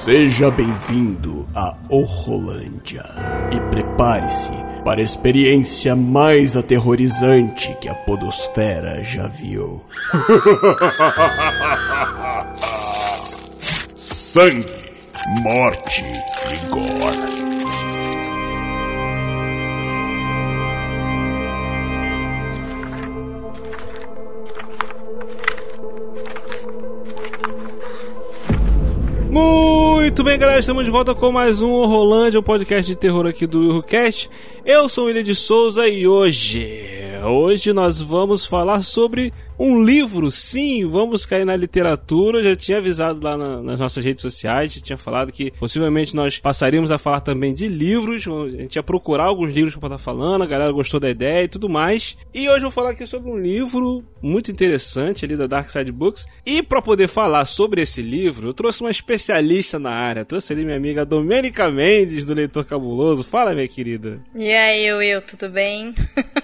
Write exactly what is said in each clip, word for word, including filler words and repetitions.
Seja bem-vindo a Horrolândia e prepare-se para a experiência mais aterrorizante que a podosfera já viu. Sangue, morte e gore. Muito bem, galera, estamos de volta com mais um Horrolândia, um podcast de terror aqui do Urrocast. Eu sou o William de Souza e hoje, hoje nós vamos falar sobre um livro. Sim, vamos cair na literatura. Eu já tinha avisado lá na, nas nossas redes sociais, já tinha falado que possivelmente nós passaríamos a falar também de livros. A gente ia procurar alguns livros para estar falando, a galera gostou da ideia e tudo mais. E hoje eu vou falar aqui sobre um livro muito interessante ali da Dark Side Books. E para poder falar sobre esse livro, eu trouxe uma especialista na área. Trouxe ali minha amiga Domênica Mendes, do Leitor Cabuloso. Fala, minha querida. E aí, Will, tudo bem?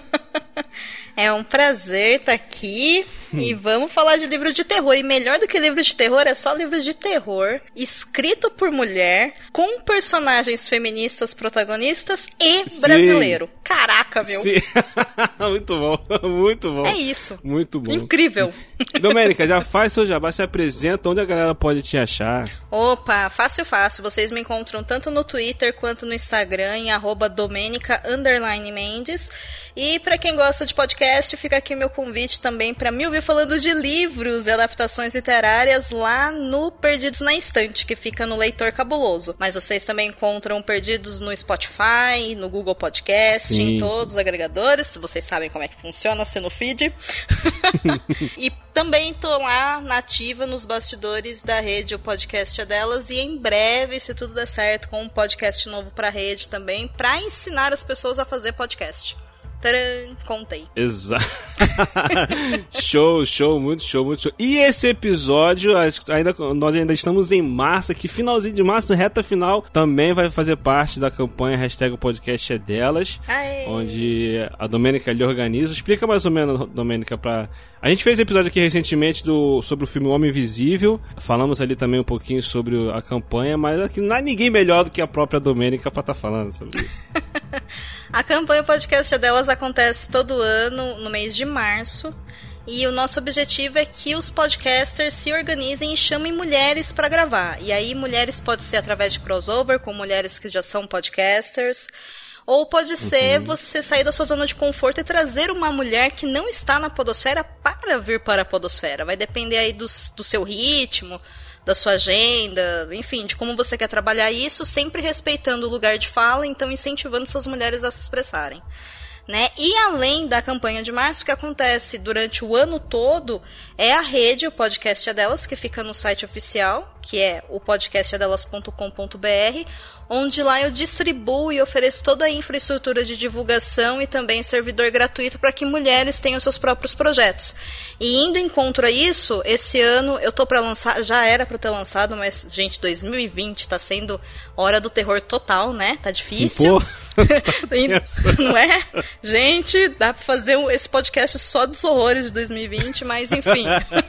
É um prazer estar aqui hum. e vamos falar de livros de terror. E melhor do que livros de terror, é só livros de terror, escrito por mulher, com personagens feministas protagonistas e Sim. brasileiro. Caraca, meu. Sim. Muito bom, muito bom. É isso. Muito bom. Incrível. Domênica, já faz seu jabá, se apresenta, onde a galera pode te achar? Opa, fácil, fácil. Vocês me encontram tanto no Twitter quanto no Instagram, em arroba Domênica underline Mendes. E pra quem gosta de podcast, fica aqui meu convite também pra me ouvir falando de livros e adaptações literárias lá no Perdidos na Estante, que fica no Leitor Cabuloso. Mas vocês também encontram Perdidos no Spotify, no Google Podcast, sim, em todos sim. os agregadores. Vocês sabem como é que funciona, se no feed. E também tô lá na ativa nos bastidores da rede, o podcast é delas. E em breve, se tudo der certo, com um podcast novo pra rede também, pra ensinar as pessoas a fazer podcast. Tcharam, contei. Exato. Show, show, muito show, muito show. E esse episódio, ainda, nós ainda estamos em março, aqui finalzinho de março, reta final, também vai fazer parte da campanha hashtag o podcast é delas, Aê. Onde a Domênica lhe organiza. Explica mais ou menos, Domênica, pra... A gente fez um episódio aqui recentemente do, sobre o filme Homem Invisível. Falamos ali também um pouquinho sobre a campanha, mas aqui não há ninguém melhor do que a própria Domênica pra estar tá falando sobre isso. A campanha podcast delas acontece todo ano, no mês de março. E o nosso objetivo é que os podcasters se organizem e chamem mulheres para gravar. E aí, mulheres pode ser através de crossover, com mulheres que já são podcasters. Ou pode ser uhum. você sair da sua zona de conforto e trazer uma mulher que não está na podosfera para vir para a podosfera. Vai depender aí do, do seu ritmo, da sua agenda, enfim, de como você quer trabalhar isso, sempre respeitando o lugar de fala, então incentivando essas mulheres a se expressarem. Né? E além da campanha de março, o que acontece durante o ano todo é a rede, o podcast é delas, que fica no site oficial, que é o podcast é delas ponto com ponto b r, onde lá eu distribuo e ofereço toda a infraestrutura de divulgação e também servidor gratuito para que mulheres tenham seus próprios projetos. E indo em contra a isso, esse ano eu tô para lançar, já era para ter lançado, mas gente, dois mil e vinte tá sendo hora do terror total, né? Tá difícil. Não é? Gente, dá pra fazer um, esse podcast só dos horrores de dois mil e vinte, mas enfim.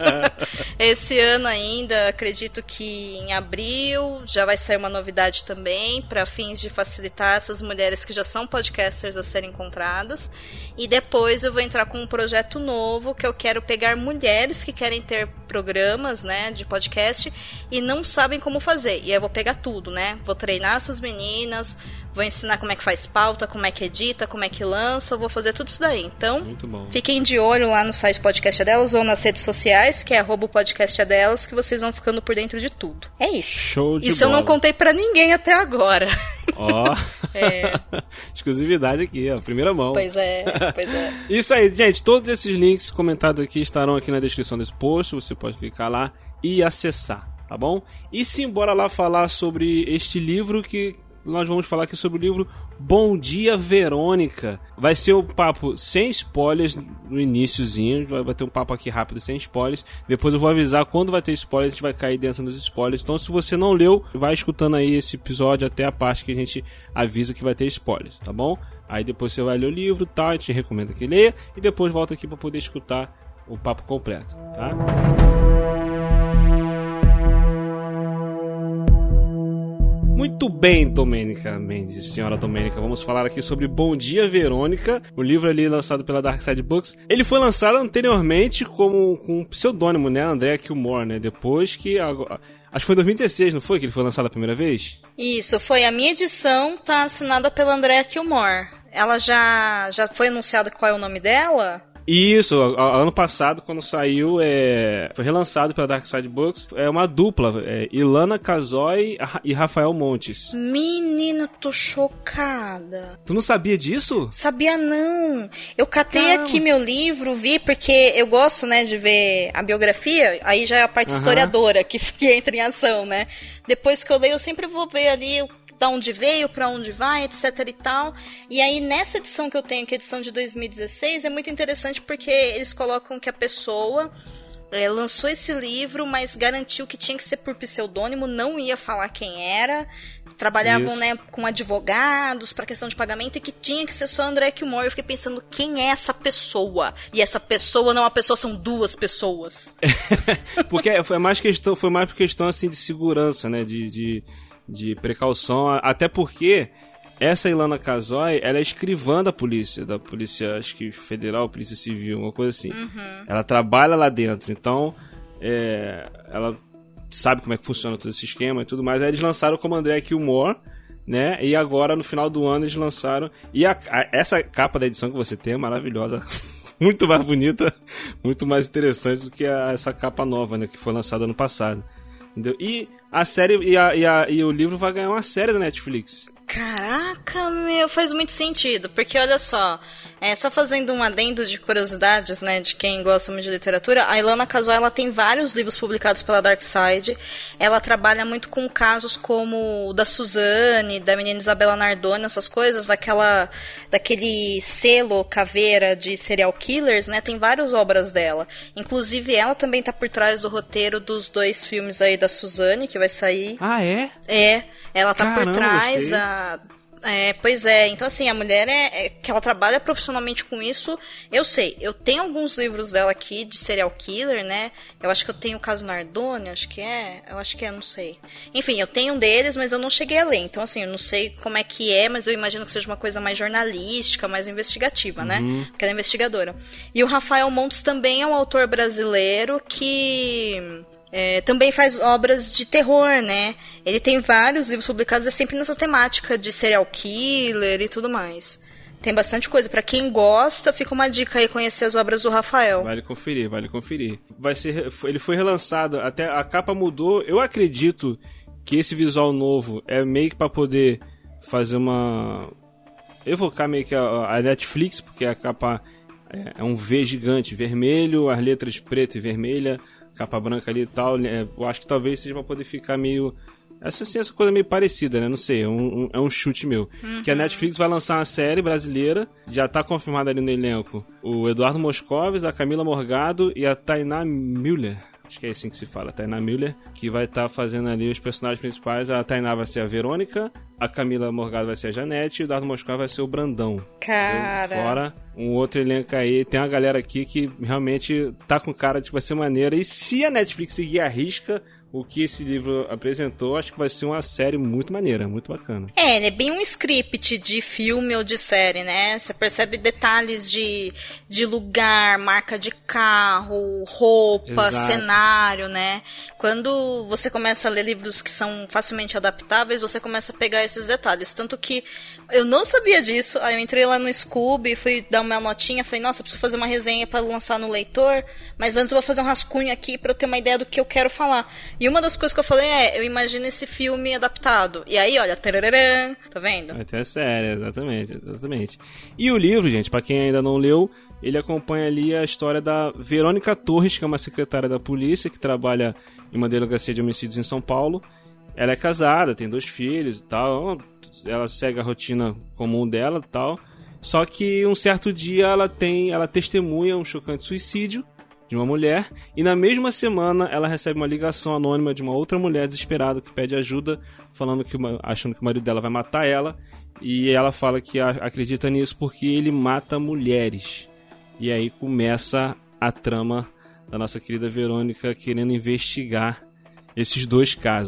Esse ano ainda, acredito que em abril já vai sair uma novidade também, para fins de facilitar essas mulheres que já são podcasters a serem encontradas. E depois eu vou entrar com um projeto novo, que eu quero pegar mulheres que querem ter programas, né, de podcast e não sabem como fazer. E eu vou pegar tudo, né? Vou treinar essas meninas, vou ensinar como é que faz pauta, como é que edita, como é que lança, eu vou fazer tudo isso daí. Então, muito bom. Fiquem de olho lá no site Podcast é Delas ou nas redes sociais, que é arroba podcast é delas, que vocês vão ficando por dentro de tudo. É isso. Show de Isso bola. Eu não contei pra ninguém até agora. Ó, oh. é. Exclusividade aqui, ó, primeira mão. Pois é, pois é. Isso aí, gente, todos esses links comentados aqui estarão aqui na descrição desse post, você pode clicar lá e acessar, tá bom? E simbora lá falar sobre este livro, que nós vamos falar aqui sobre o livro Bom Dia, Verônica. Vai ser um papo sem spoilers no iniciozinho, vai ter um papo aqui rápido sem spoilers. Depois eu vou avisar quando vai ter spoilers, a gente vai cair dentro dos spoilers. Então, se você não leu, vai escutando aí esse episódio até a parte que a gente avisa que vai ter spoilers, tá bom? Aí depois você vai ler o livro, tá? A gente recomenda que leia e depois volta aqui para poder escutar o papo completo, tá? Muito bem, Domênica Mendes, senhora Domênica, vamos falar aqui sobre Bom Dia, Verônica, o livro ali lançado pela Dark Side Books. Ele foi lançado anteriormente como com um pseudônimo, né, Andrea Kilmore, né, depois que... Agora, acho que foi em dois mil e dezesseis, não foi, que ele foi lançado a primeira vez? Isso, foi. A minha edição tá assinada pela Andrea Kilmore. Ela já, já foi anunciado qual é o nome dela? Isso, ano passado, quando saiu, é, foi relançado pela Dark Side Books, é uma dupla, é, Ilana Casoy e Rafael Montes. Menino, tô chocada. Tu não sabia disso? Sabia não. Eu catei Caramba. aqui meu livro, vi, porque eu gosto, né, de ver a biografia, aí já é a parte Uhum. historiadora que, que entra em ação, né? Depois que eu leio, eu sempre vou ver ali da onde veio, pra onde vai, etc e tal. E aí, nessa edição que eu tenho, que é a edição de dois mil e dezesseis, é muito interessante porque eles colocam que a pessoa é, lançou esse livro, mas garantiu que tinha que ser por pseudônimo, não ia falar quem era, trabalhavam, né, com advogados pra questão de pagamento e que tinha que ser só Andrea Kilmore. Eu fiquei pensando, quem é essa pessoa? E essa pessoa não é uma pessoa, são duas pessoas. Porque foi mais questão, foi mais por questão assim de segurança, né, de... de... de precaução, até porque essa Ilana Casoy, ela é escrivã da polícia, da polícia, acho que federal, polícia civil, uma coisa assim. Uhum. Ela trabalha lá dentro, então é, ela sabe como é que funciona todo esse esquema e tudo mais. Aí eles lançaram como Andrea Kilmore, né, e agora no final do ano eles lançaram, e a, a, essa capa da edição que você tem é maravilhosa, muito mais bonita, muito mais interessante do que a, essa capa nova, né, que foi lançada ano passado. Entendeu? E a série e, a, e, a, e o livro vai ganhar uma série da Netflix. Caraca, meu, faz muito sentido, porque olha só, é, só fazendo um adendo de curiosidades, né, de quem gosta muito de literatura, a Ilana Casoy, ela tem vários livros publicados pela Dark Side, ela trabalha muito com casos como o da Suzane, da menina Isabela Nardoni, essas coisas, daquela, daquele selo caveira de serial killers, né, tem várias obras dela, inclusive ela também tá por trás do roteiro dos dois filmes aí da Suzane, que vai sair. Ah, é? É. Ela tá Caramba, por trás gostei. da... É, pois é, então assim, a mulher é, é que ela trabalha profissionalmente com isso, eu sei, eu tenho alguns livros dela aqui de serial killer, né, eu acho que eu tenho o caso Nardoni, acho que é, eu acho que é, não sei. Enfim, eu tenho um deles, mas eu não cheguei a ler, então assim, eu não sei como é que é, mas eu imagino que seja uma coisa mais jornalística, mais investigativa, né, Uhum. porque ela é investigadora. E o Rafael Montes também é um autor brasileiro que... É, também faz obras de terror, né? Ele tem vários livros publicados, é sempre nessa temática de serial killer e tudo mais. Tem bastante coisa. Pra quem gosta, fica uma dica aí conhecer as obras do Rafael. Vale conferir, vale conferir. Vai ser, ele foi relançado, até a capa mudou. Eu acredito que esse visual novo é meio que pra poder fazer uma... evocar meio que a, a Netflix, porque a capa é, é um V gigante, vermelho, as letras preta e vermelha, capa branca ali e tal, né? Eu acho que talvez seja pra poder ficar meio... Essa, assim, essa coisa meio parecida, né? Não sei, é um, um, é um chute meu. Uhum. Que a Netflix vai lançar uma série brasileira, já tá confirmado ali no elenco, o Eduardo Moscovis, a Camila Morgado e a Tainá Müller. Acho que é assim que se fala, Tainá Müller, que vai estar tá fazendo ali os personagens principais. A Tainá vai ser a Verônica, a Camila Morgado vai ser a Janete e o Eduardo Moscovis vai ser o Brandão. Cara... Fora um outro elenco aí, tem uma galera aqui que realmente tá com cara de que vai ser maneira. E se a Netflix seguir a risca o que esse livro apresentou, acho que vai ser uma série muito maneira, muito bacana. É, ele é bem um script de filme ou de série, né? Você percebe detalhes de, de lugar, marca de carro, roupa, Exato. cenário, né? Quando você começa a ler livros que são facilmente adaptáveis, você começa a pegar esses detalhes. Tanto que eu não sabia disso, aí eu entrei lá no Scooby, fui dar uma notinha, falei, nossa, eu preciso fazer uma resenha para lançar no leitor, mas antes eu vou fazer um rascunho aqui para eu ter uma ideia do que eu quero falar. E uma das coisas que eu falei é, eu imagino esse filme adaptado. E aí, olha, tararã, tá vendo? Vai ter a série, exatamente, exatamente. E o livro, gente, pra quem ainda não leu, ele acompanha ali a história da Verônica Torres, que é uma secretária da polícia, que trabalha em uma delegacia de homicídios em São Paulo. Ela é casada, tem dois filhos e tal, ela segue a rotina comum dela e tal. Só que um certo dia ela tem, ela testemunha um chocante suicídio de uma mulher, e na mesma semana ela recebe uma ligação anônima de uma outra mulher desesperada que pede ajuda, falando que, achando que o marido dela vai matar ela, e ela fala que acredita nisso porque ele mata mulheres. E aí começa a trama da nossa querida Verônica querendo investigar esses dois casos.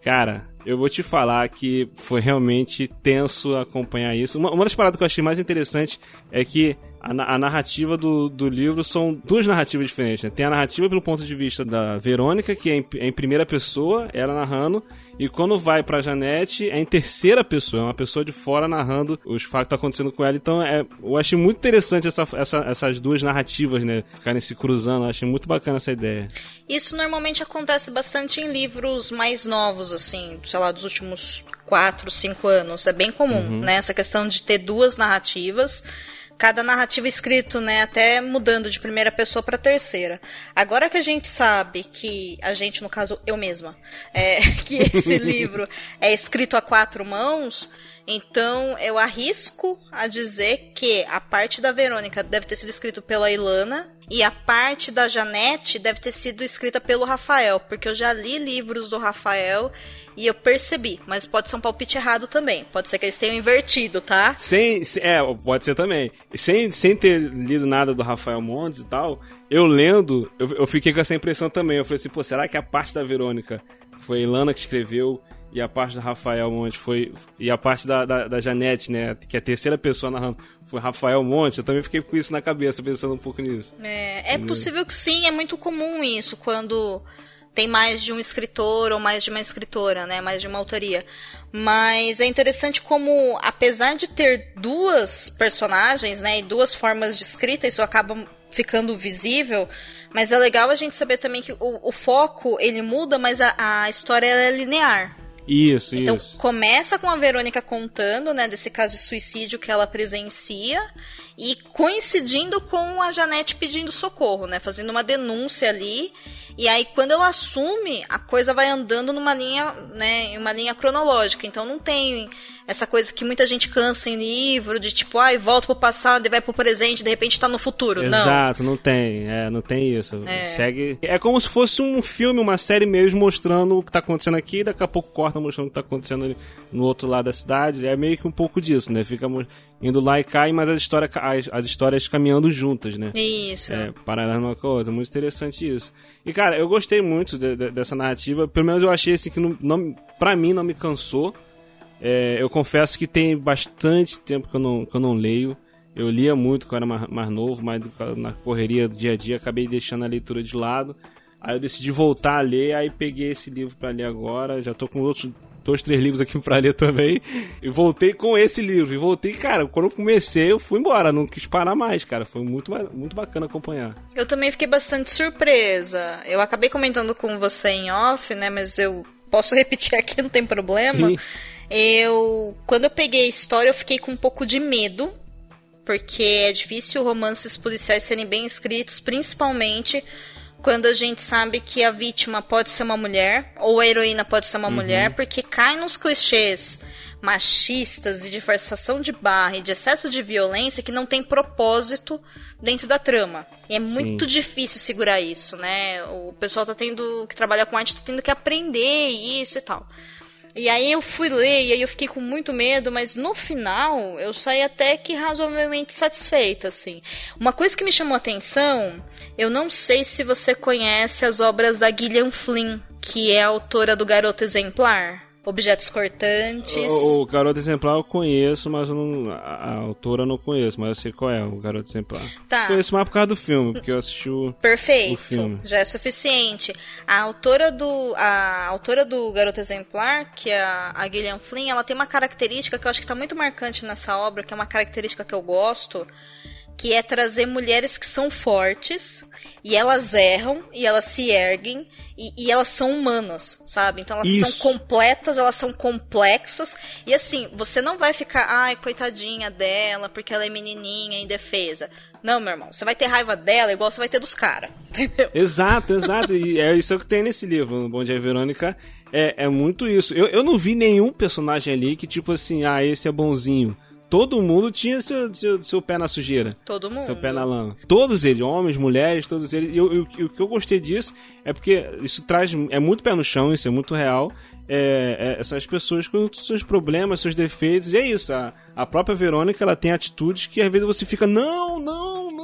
Cara, eu vou te falar que foi realmente tenso acompanhar isso. Uma, uma das paradas que eu achei mais interessante é que a, a narrativa do, do livro são duas narrativas diferentes, né? Tem a narrativa pelo ponto de vista da Verônica, que é em, é em primeira pessoa, ela narrando, e quando vai pra Janete, é em terceira pessoa, é uma pessoa de fora narrando os fatos que estão acontecendo com ela. Então, é, eu achei muito interessante essa, essa, essas duas narrativas, né? Ficarem se cruzando, eu achei muito bacana essa ideia. Isso normalmente acontece bastante em livros mais novos, assim, sei lá, dos últimos quatro, cinco anos. É bem comum, uhum. né? Essa questão de ter duas narrativas, cada narrativa escrito, né, até mudando de primeira pessoa para terceira. Agora que a gente sabe que, a gente, no caso, eu mesma, é, que esse livro é escrito a quatro mãos, então eu arrisco a dizer que a parte da Verônica deve ter sido escrita pela Ilana e a parte da Janete deve ter sido escrita pelo Rafael, porque eu já li livros do Rafael e eu percebi, mas pode ser um palpite errado também. Pode ser que eles tenham invertido, tá? Sem, é, pode ser também. Sem, sem ter lido nada do Rafael Montes e tal, eu lendo, eu, eu fiquei com essa impressão também. Eu falei assim, pô, será que a parte da Verônica foi a Ilana que escreveu e a parte do Rafael Montes foi... E a parte da, da, da Janete, né, que é a terceira pessoa narrando, foi Rafael Montes? Eu também fiquei com isso na cabeça, pensando um pouco nisso. É, é possível que sim, é muito comum isso, quando tem mais de um escritor ou mais de uma escritora, né? Mais de uma autoria. Mas é interessante como, apesar de ter duas personagens, né? E duas formas de escrita, isso acaba ficando visível. Mas é legal a gente saber também que o, o foco, ele muda, mas a, a história ela é linear. Isso, então, isso. Então, começa com a Verônica contando, né? Desse caso de suicídio que ela presencia. E coincidindo com a Janete pedindo socorro, né? Fazendo uma denúncia ali. E aí, quando ela assume, a coisa vai andando numa linha, né, em uma linha cronológica. Então, não tem essa coisa que muita gente cansa em livro, de tipo, ai, volta pro passado e vai pro presente, de repente tá no futuro. Exato, não, não tem, é, não tem isso. É. Segue. É como se fosse um filme, uma série mesmo, mostrando o que tá acontecendo aqui, e daqui a pouco corta mostrando o que tá acontecendo no outro lado da cidade. É meio que um pouco disso, né? Fica indo lá e cai, mas as histórias, as, as histórias caminhando juntas, né? Isso. É, paralelo uma com a outra. Muito interessante isso. E, cara, eu gostei muito de, de, dessa narrativa. Pelo menos eu achei assim que, não, não, pra mim, não me cansou. É, eu confesso que tem bastante tempo que eu não, que eu não leio. Eu lia muito quando era mais, mais novo, mas na correria do dia a dia acabei deixando a leitura de lado. Aí eu decidi voltar a ler, aí peguei esse livro pra ler agora. Já tô com outros dois, três livros aqui pra ler também. E voltei com esse livro. E voltei, cara, quando eu comecei, eu fui embora. Não quis parar mais, cara. Foi muito, muito bacana acompanhar. Eu também fiquei bastante surpresa. Eu acabei comentando com você em off, né? Mas eu posso repetir aqui, não tem problema. Sim. Eu, quando eu peguei a história, eu fiquei com um pouco de medo. Porque é difícil romances policiais serem bem escritos, principalmente quando a gente sabe que a vítima pode ser uma mulher, ou a heroína pode ser uma uhum. mulher, porque cai nos clichês machistas e de forçação de barra e de excesso de violência que não tem propósito dentro da trama. E é muito Sim. difícil segurar isso, né? O pessoal tá tendo que trabalhar com arte, tá tendo que aprender isso e tal. E aí eu fui ler, e aí eu fiquei com muito medo, mas no final eu saí até que razoavelmente satisfeita, assim. Uma coisa que me chamou a atenção, eu não sei se você conhece as obras da Gillian Flynn, que é a autora do Garota Exemplar. Objetos Cortantes. O, o Garoto Exemplar eu conheço, mas eu não, a, a autora eu não conheço, mas eu sei qual é o Garoto Exemplar. Tá. Conheço mais por causa do filme, porque eu assisti o, Perfeito. o filme. Já é suficiente. A autora do, a autora do Garoto Exemplar, que é a, a Gillian Flynn, ela tem uma característica que eu acho que está muito marcante nessa obra, que é uma característica que eu gosto, que é trazer mulheres que são fortes, e elas erram, e elas se erguem, E, e elas são humanas, sabe? Então elas Isso. são completas, elas são complexas. E assim, você não vai ficar, ai, coitadinha dela, porque ela é menininha, indefesa. Não, meu irmão, você vai ter raiva dela igual você vai ter dos caras, entendeu? Exato, exato. E é isso que tem nesse livro, Bom Dia Verônica. É, é muito isso. Eu, eu não vi nenhum personagem ali que tipo assim, ah, esse é bonzinho. Todo mundo tinha seu, seu, seu pé na sujeira. Todo mundo. Seu pé na lama. Todos eles, homens, mulheres, todos eles. E o que eu gostei disso é porque isso traz... É muito pé no chão, isso é muito real. É, é, essas pessoas com seus problemas, seus defeitos. E é isso. A, a própria Verônica, ela tem atitudes que às vezes você fica... Não, não, não, não é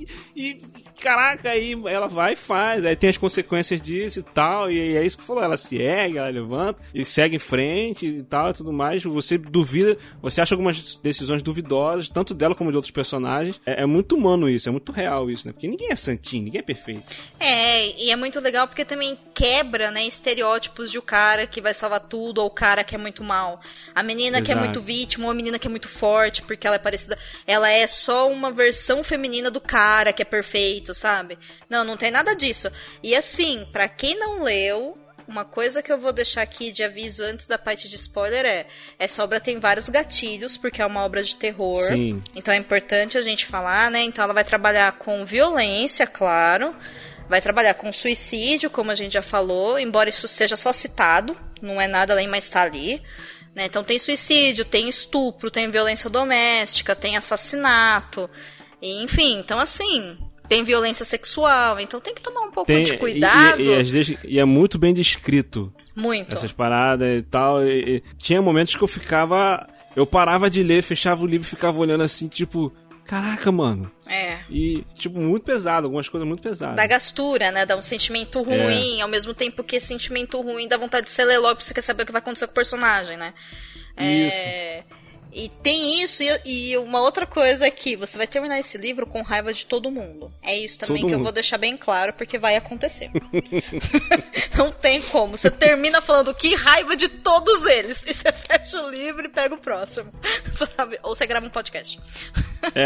e, e caraca, aí ela vai e faz, aí tem as consequências disso e tal, e é isso que falou, ela se ergue, ela levanta e segue em frente e tal e tudo mais, você duvida, você acha algumas decisões duvidosas, tanto dela como de outros personagens, é, é muito humano isso, é muito real isso, né, porque ninguém é santinho, ninguém é perfeito. É, e é muito legal porque também quebra, né, estereótipos de o cara que vai salvar tudo ou o cara que é muito mal. A menina Exato. Que é muito vítima ou a menina que é muito forte porque ela é parecida, ela é só uma versão feminina do cara que é perfeito, sabe? Não, não tem nada disso. E assim, pra quem não leu, uma coisa que eu vou deixar aqui de aviso antes da parte de spoiler é, essa obra tem vários gatilhos, porque é uma obra de terror. Sim. Então é importante a gente falar, né? Então ela vai trabalhar com violência, claro. Vai trabalhar com suicídio, como a gente já falou, embora isso seja só citado, não é nada além, mas tá ali. Né? Então tem suicídio, tem estupro, tem violência doméstica, tem assassinato, e, enfim, então assim, tem violência sexual, então tem que tomar um pouco tem, de cuidado. E, e, e, às vezes, e é muito bem descrito. Muito. Essas paradas e tal. E, e, tinha momentos que eu ficava... Eu parava de ler, fechava o livro e ficava olhando assim, tipo... Caraca, mano. É. E, tipo, muito pesado, algumas coisas muito pesadas. Dá gastura, né? Dá um sentimento ruim, é. Ao mesmo tempo que esse sentimento ruim dá vontade de você ler logo, porque você quer saber o que vai acontecer com o personagem, né? Isso. É... E tem isso, e, e uma outra coisa aqui, você vai terminar esse livro com raiva de todo mundo. É isso também todo que mundo. Eu vou deixar bem claro, porque vai acontecer. Não tem como. Você termina falando que raiva de todos eles, e você fecha o livro e pega o próximo, sabe? Ou você grava um podcast. É.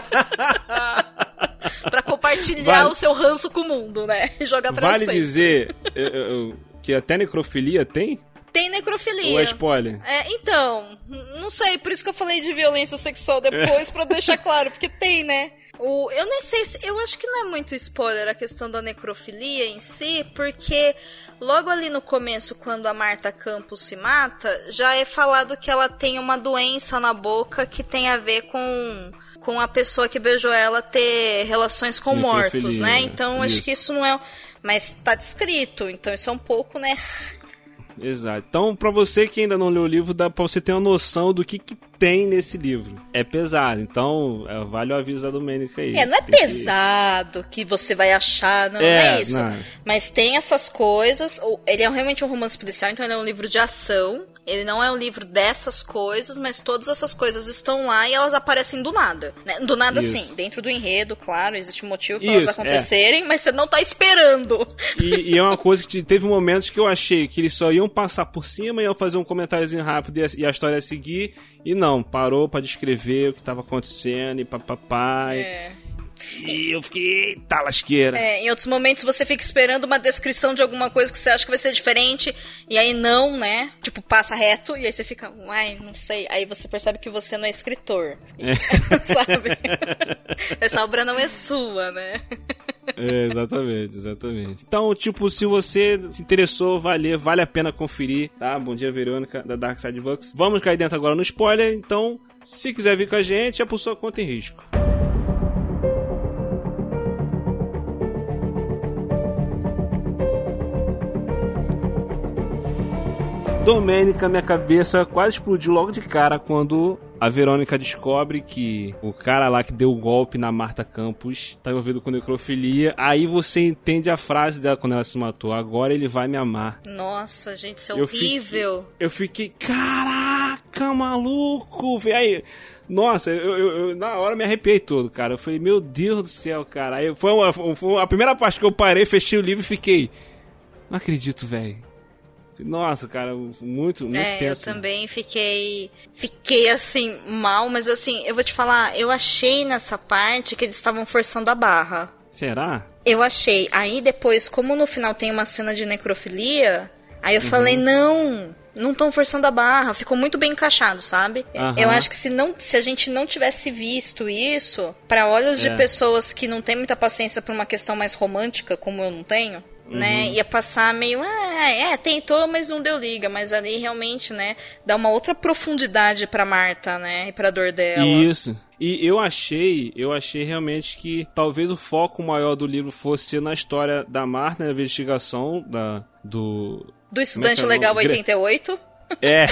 Pra compartilhar vale. O seu ranço com o mundo, né? E jogar pra vale sempre. dizer eu, eu, que até necrofilia tem? Tem necrofilia. Ou é spoiler? É, então, não sei, por isso que eu falei de violência sexual depois, é. Pra deixar claro, porque tem, né? O, eu nem sei se... Eu acho que não é muito spoiler a questão da necrofilia em si, porque logo ali no começo, quando a Marta Campos se mata, já é falado que ela tem uma doença na boca que tem a ver com... com a pessoa que beijou ela ter relações com mortos, né? Então, isso. Acho que isso não é... Mas tá descrito, então isso é um pouco, né... Exato. Então, pra você que ainda não leu o livro, dá pra você ter uma noção do que, que tem nesse livro. É pesado, então é, vale o aviso da Domênica aí. É, não é tem pesado que... que você vai achar, não é, não é isso. Não. Mas tem essas coisas. Ele é realmente um romance policial, então ele é um livro de ação. Ele não é um livro dessas coisas, mas todas essas coisas estão lá e elas aparecem do nada. Né? Do nada, isso. Sim. Dentro do enredo, claro, existe um motivo para elas acontecerem, é. Mas você não tá esperando. E, e é uma coisa que teve momentos que eu achei que eles só iam passar por cima, iam fazer um comentáriozinho rápido e a, e a história ia seguir. E não, parou pra descrever o que tava acontecendo e papapá. É. E eu fiquei, eita lasqueira. É, em outros momentos você fica esperando uma descrição de alguma coisa que você acha que vai ser diferente, e aí não, né? Tipo, passa reto, e aí você fica, uai, não sei. Aí você percebe que você não é escritor. É. Sabe? Essa obra não é sua, né? É, exatamente, exatamente. Então, tipo, se você se interessou, vale, vale a pena conferir, tá? Bom dia, Verônica, da Dark Side Books. Vamos cair dentro agora no spoiler, então, se quiser vir com a gente, é por sua conta e risco. Domênica, minha cabeça quase explodiu logo de cara quando a Verônica descobre que o cara lá que deu o golpe na Marta Campos tá envolvido com necrofilia. Aí você entende a frase dela quando ela se matou: agora ele vai me amar. Nossa, gente, isso é eu horrível. Fiquei, eu fiquei, caraca, maluco, velho. Nossa, eu, eu, eu na hora me arrepiei todo, cara. Eu falei, meu Deus do céu, cara. Aí foi, uma, foi a primeira parte que eu parei, fechei o livro e fiquei, não acredito, velho. Nossa, cara, muito, muito é, tenso. Eu também fiquei, fiquei assim, mal, mas assim, eu vou te falar, eu achei nessa parte que eles estavam forçando a barra. Será? Eu achei. Aí depois, como no final tem uma cena de necrofilia, aí eu uhum. falei, não, não estão forçando a barra, ficou muito bem encaixado, sabe? Uhum. Eu acho que se, não, se a gente não tivesse visto isso, para olhos é. de pessoas que não têm muita paciência por uma questão mais romântica, como eu não tenho, né, uhum. ia passar meio, ah, é, tentou, mas não deu liga, mas ali realmente, né, dá uma outra profundidade pra Marta, né, e pra dor dela. Isso. E eu achei, eu achei realmente que talvez o foco maior do livro fosse na história da Marta, na investigação da, do... Do estudante legal oitenta e oito. É.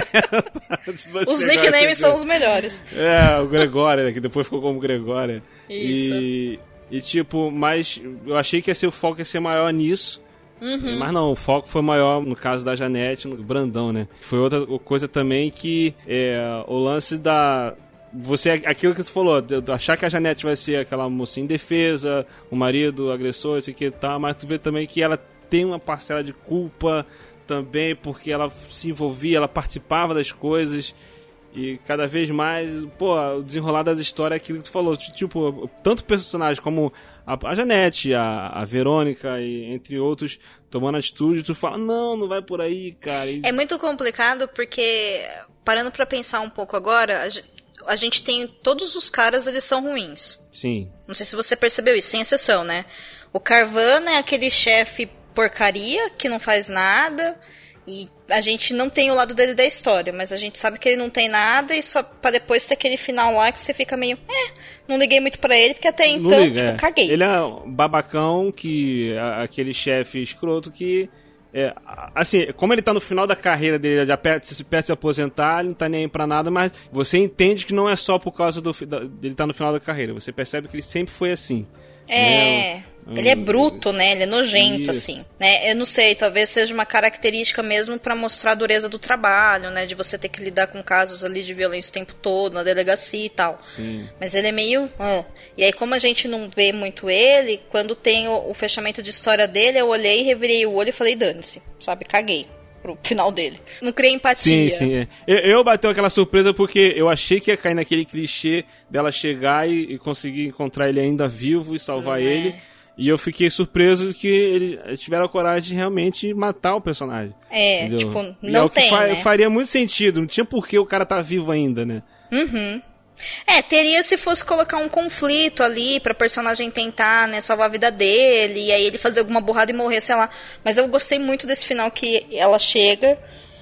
Os nicknames são os melhores. É, o Gregório, né, que depois ficou como Gregório. Isso. E, e tipo, mas eu achei que ia ser, o foco ia ser maior nisso. Uhum. Mas não, o foco foi maior no caso da Janete, no Brandão, né? Foi outra coisa também que é, o lance da... Você, aquilo que você falou, de, de achar que a Janete vai ser aquela moça indefesa, o marido, o agressor, isso aqui e tal, mas tu vê também que ela tem uma parcela de culpa também, porque ela se envolvia, ela participava das coisas. E cada vez mais, pô, o desenrolar das histórias é aquilo que você falou. Tipo, tanto personagens como a, a Janete, a, a Verônica, e entre outros, tomando atitude, tu fala, não, não vai por aí, cara. E... É muito complicado porque, parando pra pensar um pouco agora, a, a gente tem, todos os caras, eles são ruins. Sim. Não sei se você percebeu isso, sem exceção, né? O Carvana é aquele chefe porcaria, que não faz nada... E a gente não tem o lado dele da história, mas a gente sabe que ele não tem nada e só pra depois ter aquele final lá que você fica meio... É, não liguei muito pra ele, porque até então, liga, tipo, é. caguei. Ele é um babacão, que aquele chefe escroto que... É, assim, como ele tá no final da carreira dele, já perto, se perto de se aposentar, ele não tá nem aí pra nada, mas você entende que não é só por causa do, da, dele tá no final da carreira. Você percebe que ele sempre foi assim. É... Né? Ele é bruto, né? Ele é nojento, Isso. assim. Né? Eu não sei, talvez seja uma característica mesmo pra mostrar a dureza do trabalho, né? De você ter que lidar com casos ali de violência o tempo todo, na delegacia e tal. Sim. Mas ele é meio... Ah. E aí, como a gente não vê muito ele, quando tem o, o fechamento de história dele, eu olhei, revirei o olho e falei, dane-se, sabe? Caguei pro final dele. Não criei empatia. Sim, sim. É. Eu, eu bateu aquela surpresa porque eu achei que ia cair naquele clichê dela chegar e, e conseguir encontrar ele ainda vivo e salvar Não ele. é. E eu fiquei surpreso que eles tiveram a coragem de realmente matar o personagem. É, entendeu? tipo, E não é o que tem, fa- né? faria muito sentido. Não tinha por que o cara tá vivo ainda, né? Uhum. É, teria se fosse colocar um conflito ali pra personagem tentar, né, salvar a vida dele, e aí ele fazer alguma burrada e morrer, sei lá. Mas eu gostei muito desse final que ela chega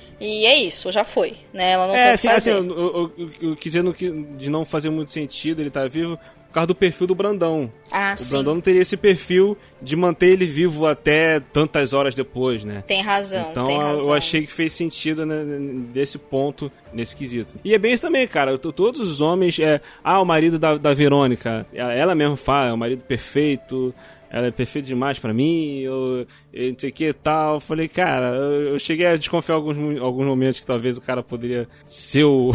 e é isso, já foi, né? Ela não É, tem o assim, que fazer. assim, eu, eu, eu, eu quis dizer no que, de não fazer muito sentido ele tá vivo por causa do perfil do Brandão. Ah, o sim. Brandão não teria esse perfil de manter ele vivo até tantas horas depois, né? Tem razão, então, tem razão. eu achei que fez sentido, né, desse ponto, nesse quesito. E é bem isso também, cara. Todos os homens... É, ah, o marido da, da Verônica. Ela mesma fala, é o marido perfeito... Ela é perfeita demais pra mim, eu, eu não sei o que e tal. Eu falei, cara, eu, eu cheguei a desconfiar alguns, alguns momentos que talvez o cara poderia ser o...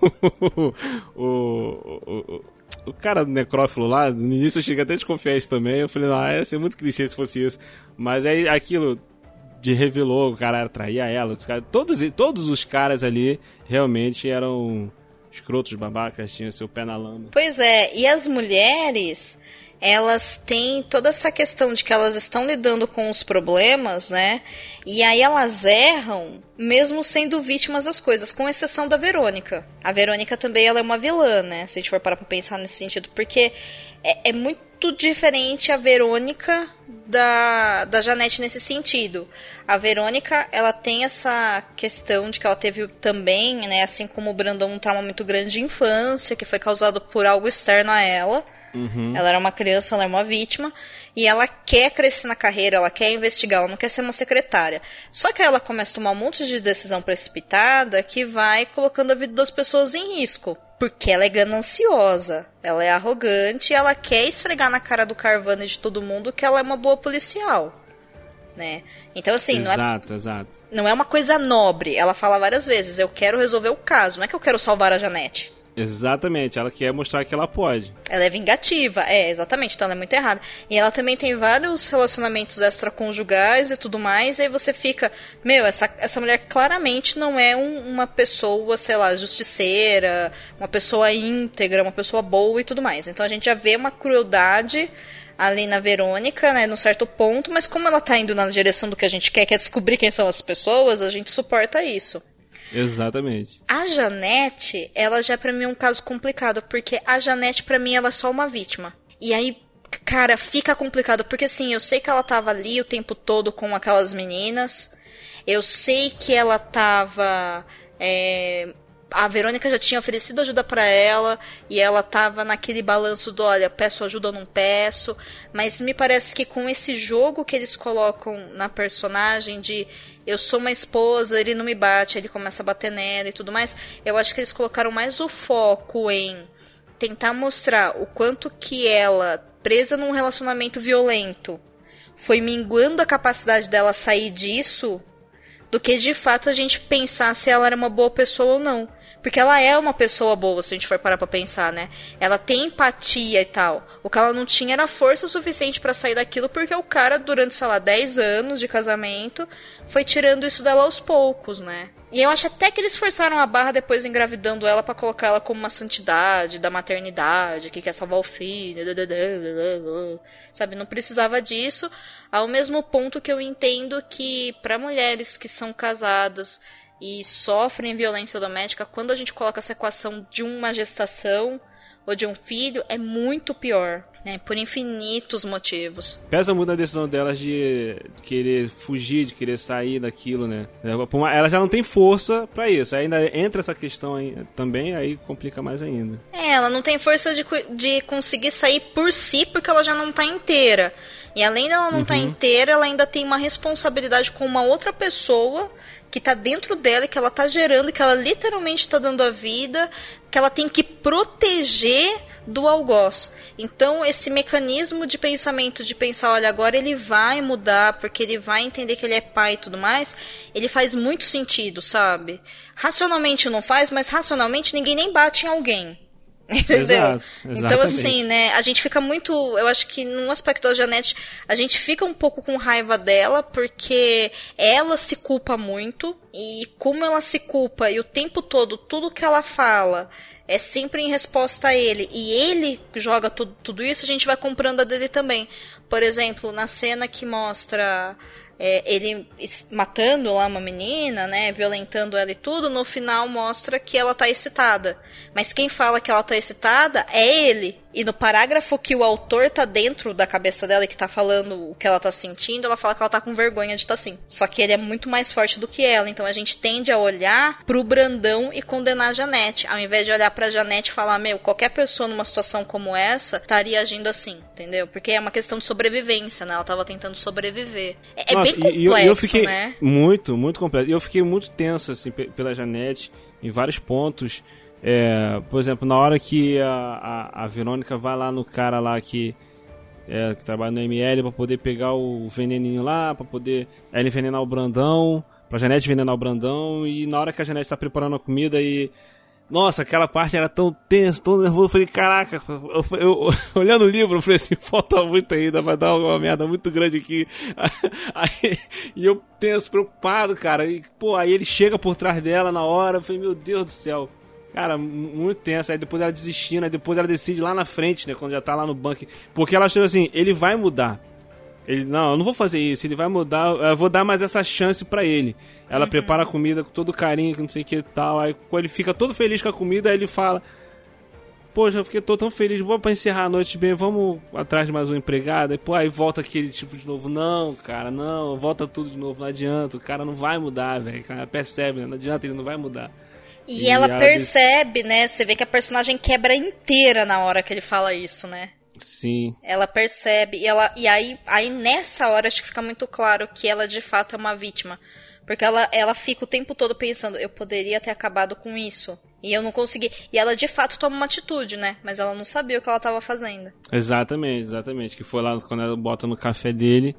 o, o, o o cara do necrófilo lá, no início eu cheguei até a desconfiar isso também. Eu falei, não, ia ser muito clichê se fosse isso. Mas aí aquilo de revelou, o cara traía ela. Os caras, todos, todos os caras ali realmente eram escrotos, babacas, tinham seu pé na lama. Pois é, e as mulheres, elas têm toda essa questão de que elas estão lidando com os problemas, né? E aí elas erram, mesmo sendo vítimas das coisas, com exceção da Verônica. A Verônica também ela é uma vilã, né? Se a gente for parar pra pensar nesse sentido, porque é, é muito diferente a Verônica da, da Janete nesse sentido. A Verônica, ela tem essa questão de que ela teve também, né? Assim como o Brandão, um trauma muito grande de infância, que foi causado por algo externo a ela. Uhum. Ela era uma criança, ela é uma vítima e ela quer crescer na carreira, ela quer investigar, ela não quer ser uma secretária. Só que aí ela começa a tomar um monte de decisão precipitada que vai colocando a vida das pessoas em risco, porque ela é gananciosa, ela é arrogante e ela quer esfregar na cara do Carvana e de todo mundo que ela é uma boa policial, né? Então assim, exato, não é, exato. não é uma coisa nobre. Ela fala várias vezes, eu quero resolver o caso, não é que eu quero salvar a Janete. Exatamente, ela quer mostrar que ela pode. Ela é vingativa, é, exatamente, então ela é muito errada. E ela também tem vários relacionamentos extraconjugais e tudo mais, e aí você fica, meu, essa, essa mulher claramente não é um, uma pessoa, sei lá, justiceira, uma pessoa íntegra, uma pessoa boa e tudo mais. Então a gente já vê uma crueldade ali na Verônica, né, num certo ponto, mas como ela tá indo na direção do que a gente quer, que é descobrir quem são as pessoas, a gente suporta isso. Exatamente. A Janete, ela já pra mim é um caso complicado, porque a Janete pra mim ela é só uma vítima. E aí, cara, fica complicado, porque assim, eu sei que ela tava ali o tempo todo com aquelas meninas, eu sei que ela tava é, a Verônica já tinha oferecido ajuda pra ela, e ela tava naquele balanço do, olha, peço ajuda ou não peço, mas me parece que com esse jogo que eles colocam na personagem de eu sou uma esposa, ele não me bate, ele começa a bater nela e tudo mais, eu acho que eles colocaram mais o foco em tentar mostrar o quanto que ela, presa num relacionamento violento, foi minguando a capacidade dela sair disso, do que de fato a gente pensar se ela era uma boa pessoa ou não. Porque ela é uma pessoa boa, se a gente for parar pra pensar, né? Ela tem empatia e tal. O que ela não tinha era força suficiente pra sair daquilo, porque o cara, durante, sei lá, dez anos de casamento, foi tirando isso dela aos poucos, né? E eu acho até que eles forçaram a barra depois engravidando ela pra colocar ela como uma santidade da maternidade, que quer salvar o filho, sabe? Não precisava disso. Ao mesmo ponto que eu entendo que para mulheres que são casadas e sofrem violência doméstica, quando a gente coloca essa equação de uma gestação ou de um filho, é muito pior, né? Por infinitos motivos. Pesa muito a decisão delas de querer fugir, de querer sair daquilo, né? Ela já não tem força pra isso. Ainda entra essa questão aí também, aí complica mais ainda. É, ela não tem força de, de conseguir sair por si, porque ela já não tá inteira. E além dela não estar uhum. tá inteira, ela ainda tem uma responsabilidade com uma outra pessoa que tá dentro dela, que ela tá gerando, que ela literalmente tá dando a vida, que ela tem que proteger do algoz. Então, esse mecanismo de pensamento, de pensar, olha, agora ele vai mudar, porque ele vai entender que ele é pai e tudo mais, ele faz muito sentido, sabe? Racionalmente não faz, mas racionalmente ninguém nem bate em alguém. Entendeu? Exato, então, assim, né, a gente fica muito, eu acho que num aspecto da Janete, a gente fica um pouco com raiva dela, porque ela se culpa muito, e como ela se culpa, e o tempo todo, tudo que ela fala é sempre em resposta a ele, e ele joga tudo, tudo isso, a gente vai comprando a dele também. Por exemplo, na cena que mostra é, ele matando lá uma menina, né, violentando ela e tudo, no final mostra que ela tá excitada. Mas quem fala que ela tá excitada é ele. E no parágrafo que o autor tá dentro da cabeça dela e que tá falando o que ela tá sentindo, ela fala que ela tá com vergonha de estar assim. Só que ele é muito mais forte do que ela, então a gente tende a olhar pro Brandão e condenar a Janete, ao invés de olhar pra Janete e falar, meu, qualquer pessoa numa situação como essa estaria agindo assim, entendeu? Porque é uma questão de sobrevivência, né? Ela tava tentando sobreviver. É, Nossa, é bem complexo, e eu, eu fiquei né? Muito, muito complexo. E eu fiquei muito tenso, assim, pela Janete, em vários pontos. É, por exemplo, na hora que a, a, a Verônica vai lá no cara lá que, é, que trabalha no M L pra poder pegar o veneninho lá, pra poder ela envenenar o Brandão, pra Janete envenenar o Brandão, e na hora que a Janete tá preparando a comida e... Nossa, aquela parte era tão tenso, tão nervoso, eu falei, caraca, eu, eu, eu, olhando o livro, eu falei assim, falta muito ainda, vai dar uma merda muito grande aqui. Aí, e eu tenso, preocupado, cara, e pô, aí ele chega por trás dela na hora, eu falei, meu Deus do céu. Cara, muito tenso. Aí depois ela desistindo, aí depois ela decide lá na frente, né? Quando já tá lá no banco. Porque ela achou assim, ele vai mudar. Ele, não, eu não vou fazer isso, ele vai mudar, eu vou dar mais essa chance pra ele. Ela uhum. prepara a comida com todo carinho, que não sei o que e tal. Aí quando ele fica todo feliz com a comida, aí ele fala, poxa, eu fiquei tô tão feliz, vamos pra encerrar a noite bem, vamos atrás de mais um empregado. Aí, pô, aí volta aquele tipo de novo, não, cara, não, volta tudo de novo, não adianta, o cara não vai mudar, velho. O cara percebe, né? Não adianta, ele não vai mudar. E, e ela, ela percebe, diz... né? Você vê que a personagem quebra inteira na hora que ele fala isso, né? Sim. Ela percebe. E, ela, e aí, aí, nessa hora, acho que fica muito claro que ela, de fato, é uma vítima. Porque ela, ela fica o tempo todo pensando, eu poderia ter acabado com isso. E eu não consegui. E ela, de fato, toma uma atitude, né? Mas ela não sabia o que ela estava fazendo. Exatamente, exatamente. Que foi lá quando ela bota no café dele.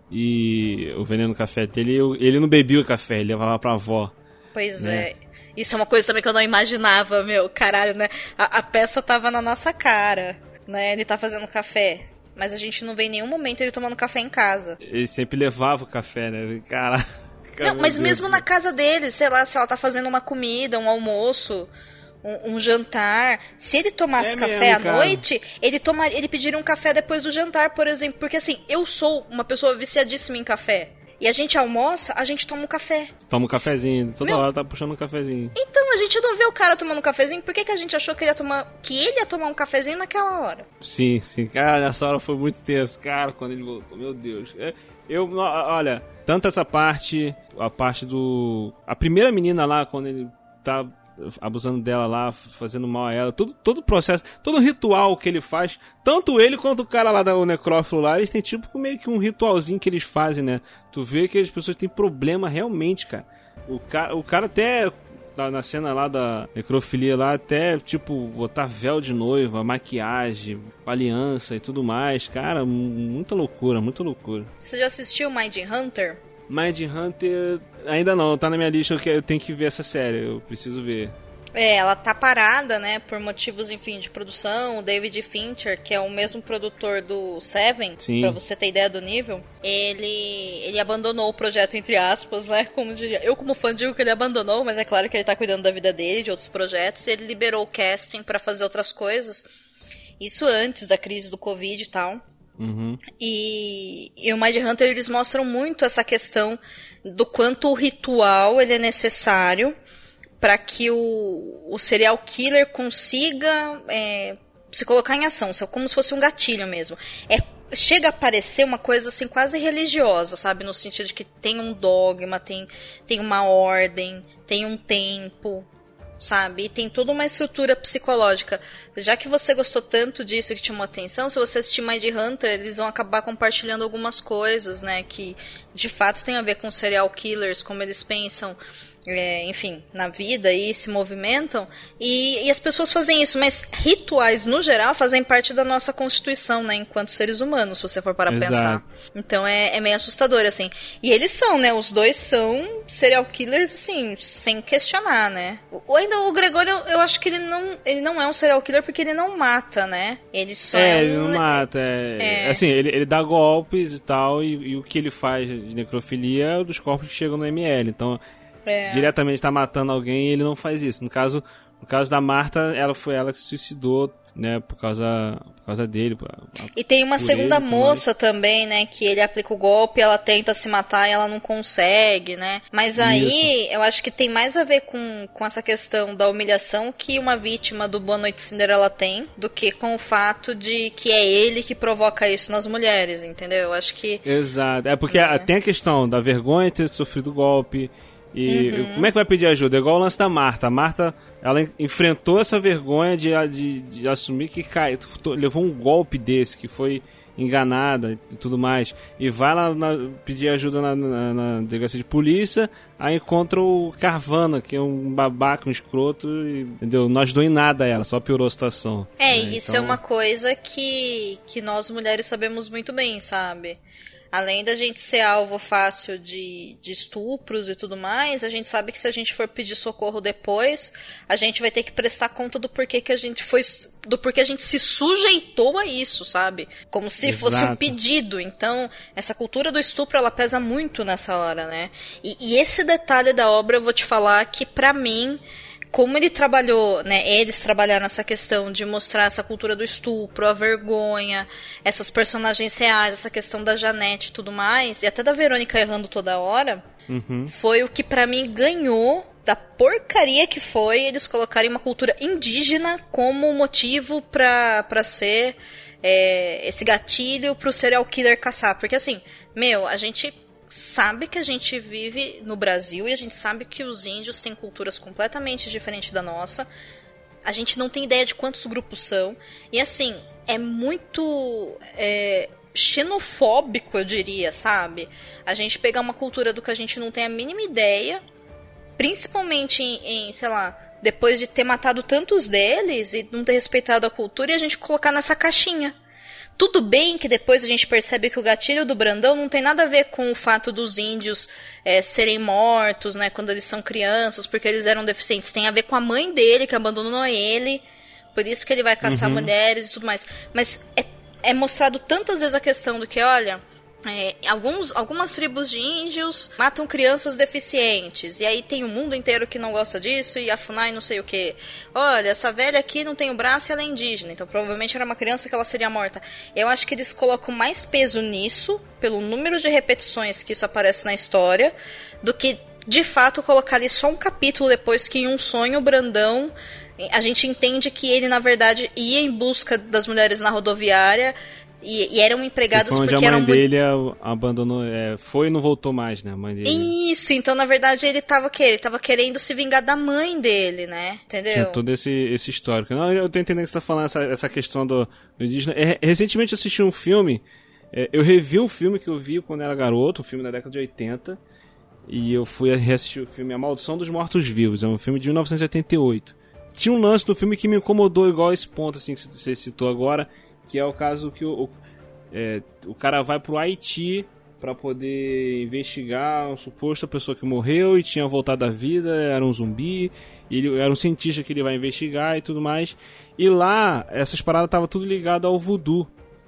E o veneno no café dele, ele não bebia o café, ele levava pra avó. Pois né? é. Isso é uma coisa também que eu não imaginava, meu, caralho, né? A, a peça tava na nossa cara, né? Ele tá fazendo café, mas a gente não vê em nenhum momento ele tomando café em casa. Ele sempre levava o café, né? Caraca. Não, mas Deus mesmo Deus. Na casa dele, sei lá, se ela tá fazendo uma comida, um almoço, um, um jantar, se ele tomasse é café mesmo, à cara. noite, ele, tomaria, ele pediria um café depois do jantar, por exemplo. Porque assim, eu sou uma pessoa viciadíssima em café. E a gente almoça, a gente toma um café. Toma um cafezinho, toda Meu... hora tá puxando um cafezinho. Então, a gente não vê o cara tomando um cafezinho, por que, que a gente achou que ele ia tomar que ele ia tomar um cafezinho naquela hora? Sim, sim. Cara, nessa hora foi muito tenso, cara, quando ele voltou. Meu Deus. Eu, olha, tanto essa parte, a parte do... A primeira menina lá, quando ele tá abusando dela lá, fazendo mal a ela. Todo, todo o processo, todo o ritual que ele faz, tanto ele quanto o cara lá do necrófilo lá, eles têm tipo meio que um ritualzinho que eles fazem, né? Tu vê que as pessoas têm problema realmente, cara. O cara, o cara até... na cena lá da necrofilia lá, até, tipo, botar véu de noiva, maquiagem, aliança e tudo mais. Cara, muita loucura, muita loucura. Você já assistiu Mind Hunter? Mind Hunter, ainda não, tá na minha lista, eu, que, eu tenho que ver essa série, eu preciso ver. É, ela tá parada, né, por motivos, enfim, de produção. O David Fincher, que é o mesmo produtor do Seven, Sim. pra você ter ideia do nível, ele, ele abandonou o projeto, entre aspas, né, como diria. Eu, como fã, digo que ele abandonou, mas é claro que ele tá cuidando da vida dele, de outros projetos, e ele liberou o casting pra fazer outras coisas. Isso antes da crise do Covid e tal. Uhum. E, e o Mind Hunter, eles mostram muito essa questão do quanto o ritual ele é necessário para que o, o serial killer consiga é, se colocar em ação, como se fosse um gatilho mesmo. É, chega a parecer uma coisa assim quase religiosa, sabe? No sentido de que tem um dogma, tem, tem uma ordem, tem um tempo, sabe? E tem toda uma estrutura psicológica. Já que você gostou tanto disso e que te chamou a atenção, se você assistir Mind Hunter, eles vão acabar compartilhando algumas coisas, né? Que de fato tem a ver com serial killers, como eles pensam... É, enfim, na vida e se movimentam, e, e as pessoas fazem isso, mas rituais, no geral, fazem parte da nossa constituição, né, enquanto seres humanos, se você for para Exato. pensar. Então é, é meio assustador, assim. E eles são, né, os dois são serial killers, assim, sem questionar, né. O, ainda o Gregório, eu, eu acho que ele não, ele não é um serial killer porque ele não mata, né. Ele só é, é um... ele não mata, é, é... assim, ele, ele dá golpes e tal, e, e o que ele faz de necrofilia é dos corpos que chegam no M L, então... É. Diretamente tá matando alguém e ele não faz isso. No caso, no caso da Marta, ela foi ela que se suicidou, né, por causa, por causa dele. E tem uma segunda ele, moça também, né, que ele aplica o golpe, ela tenta se matar e ela não consegue, né. Mas aí, isso. eu acho que tem mais a ver com, com essa questão da humilhação que uma vítima do Boa Noite Cinderela tem, do que com o fato de que é ele que provoca isso nas mulheres, entendeu? Eu acho que... Exato. É porque é. tem a questão da vergonha de ter sofrido o golpe... E uhum. como é que vai pedir ajuda? É igual o lance da Marta. A Marta, ela enfrentou essa vergonha de, de, de assumir que cai, levou um golpe desse, que foi enganada e tudo mais. E vai lá na, pedir ajuda na, na, na delegacia de polícia, aí encontra o Carvana, que é um babaca, um escroto, e, entendeu? Não ajudou em nada ela, só piorou a situação. É, né? Isso então... é uma coisa que, que nós mulheres sabemos muito bem, sabe? Além da gente ser alvo fácil de, de estupros e tudo mais, a gente sabe que se a gente for pedir socorro depois, a gente vai ter que prestar conta do porquê que a gente foi, do porquê a gente se sujeitou a isso, sabe? Como se Exato. fosse um pedido. Então, essa cultura do estupro, ela pesa muito nessa hora, né? E, e esse detalhe da obra, eu vou te falar que, pra mim... Como ele trabalhou, né, eles trabalharam essa questão de mostrar essa cultura do estupro, a vergonha, essas personagens reais, essa questão da Janete e tudo mais, e até da Verônica errando toda hora, uhum. foi o que pra mim ganhou da porcaria que foi eles colocarem uma cultura indígena como motivo pra, pra ser é, esse gatilho pro serial killer caçar. Porque assim, meu, a gente... sabe que a gente vive no Brasil e a gente sabe que os índios têm culturas completamente diferentes da nossa. A gente não tem ideia de quantos grupos são. E assim, é muito é, xenofóbico, eu diria, sabe? A gente pegar uma cultura do que a gente não tem a mínima ideia, principalmente em, em sei lá, depois de ter matado tantos deles e não ter respeitado a cultura, e a gente colocar nessa caixinha. Tudo bem que depois a gente percebe que o gatilho do Brandão não tem nada a ver com o fato dos índios é, serem mortos, né, quando eles são crianças, porque eles eram deficientes. Tem a ver com a mãe dele, que abandonou ele, por isso que ele vai caçar uhum. mulheres e tudo mais. Mas é, é mostrado tantas vezes a questão do que, olha... É, alguns, algumas tribos de índios matam crianças deficientes. E aí tem o mundo inteiro que não gosta disso. E a FUNAI não sei o que. Olha, essa velha aqui não tem o braço e ela é indígena. Então provavelmente era uma criança que ela seria morta. Eu acho que eles colocam mais peso nisso, pelo número de repetições que isso aparece na história, do que de fato colocar ali só um capítulo depois que em um sonho o Brandão A gente entende que ele, na verdade, ia em busca das mulheres na rodoviária e, e eram empregadas porque porque a mãe eram... dele abandonou, é, foi e não voltou mais, né? A mãe dele. Isso, então, na verdade, ele tava, ele tava querendo se vingar da mãe dele, né? Entendeu? Tinha todo esse, esse histórico. Não, eu tô entendendo que você tá falando essa, essa questão do, do indígena. É, recentemente eu assisti um filme, é, eu revi um filme que eu vi quando era garoto, um filme da década de oitenta, e eu fui reassistir o filme A Maldição dos Mortos-Vivos, é um filme de mil novecentos e oitenta e oito. Tinha um lance do filme que me incomodou igual esse ponto assim, que você citou agora, que é o caso que o, o, é, o cara vai pro Haiti para poder investigar um suposto pessoa que morreu e tinha voltado à vida, era um zumbi, ele era um cientista que ele vai investigar e tudo mais. E lá, essas paradas estavam tudo ligado ao voodoo.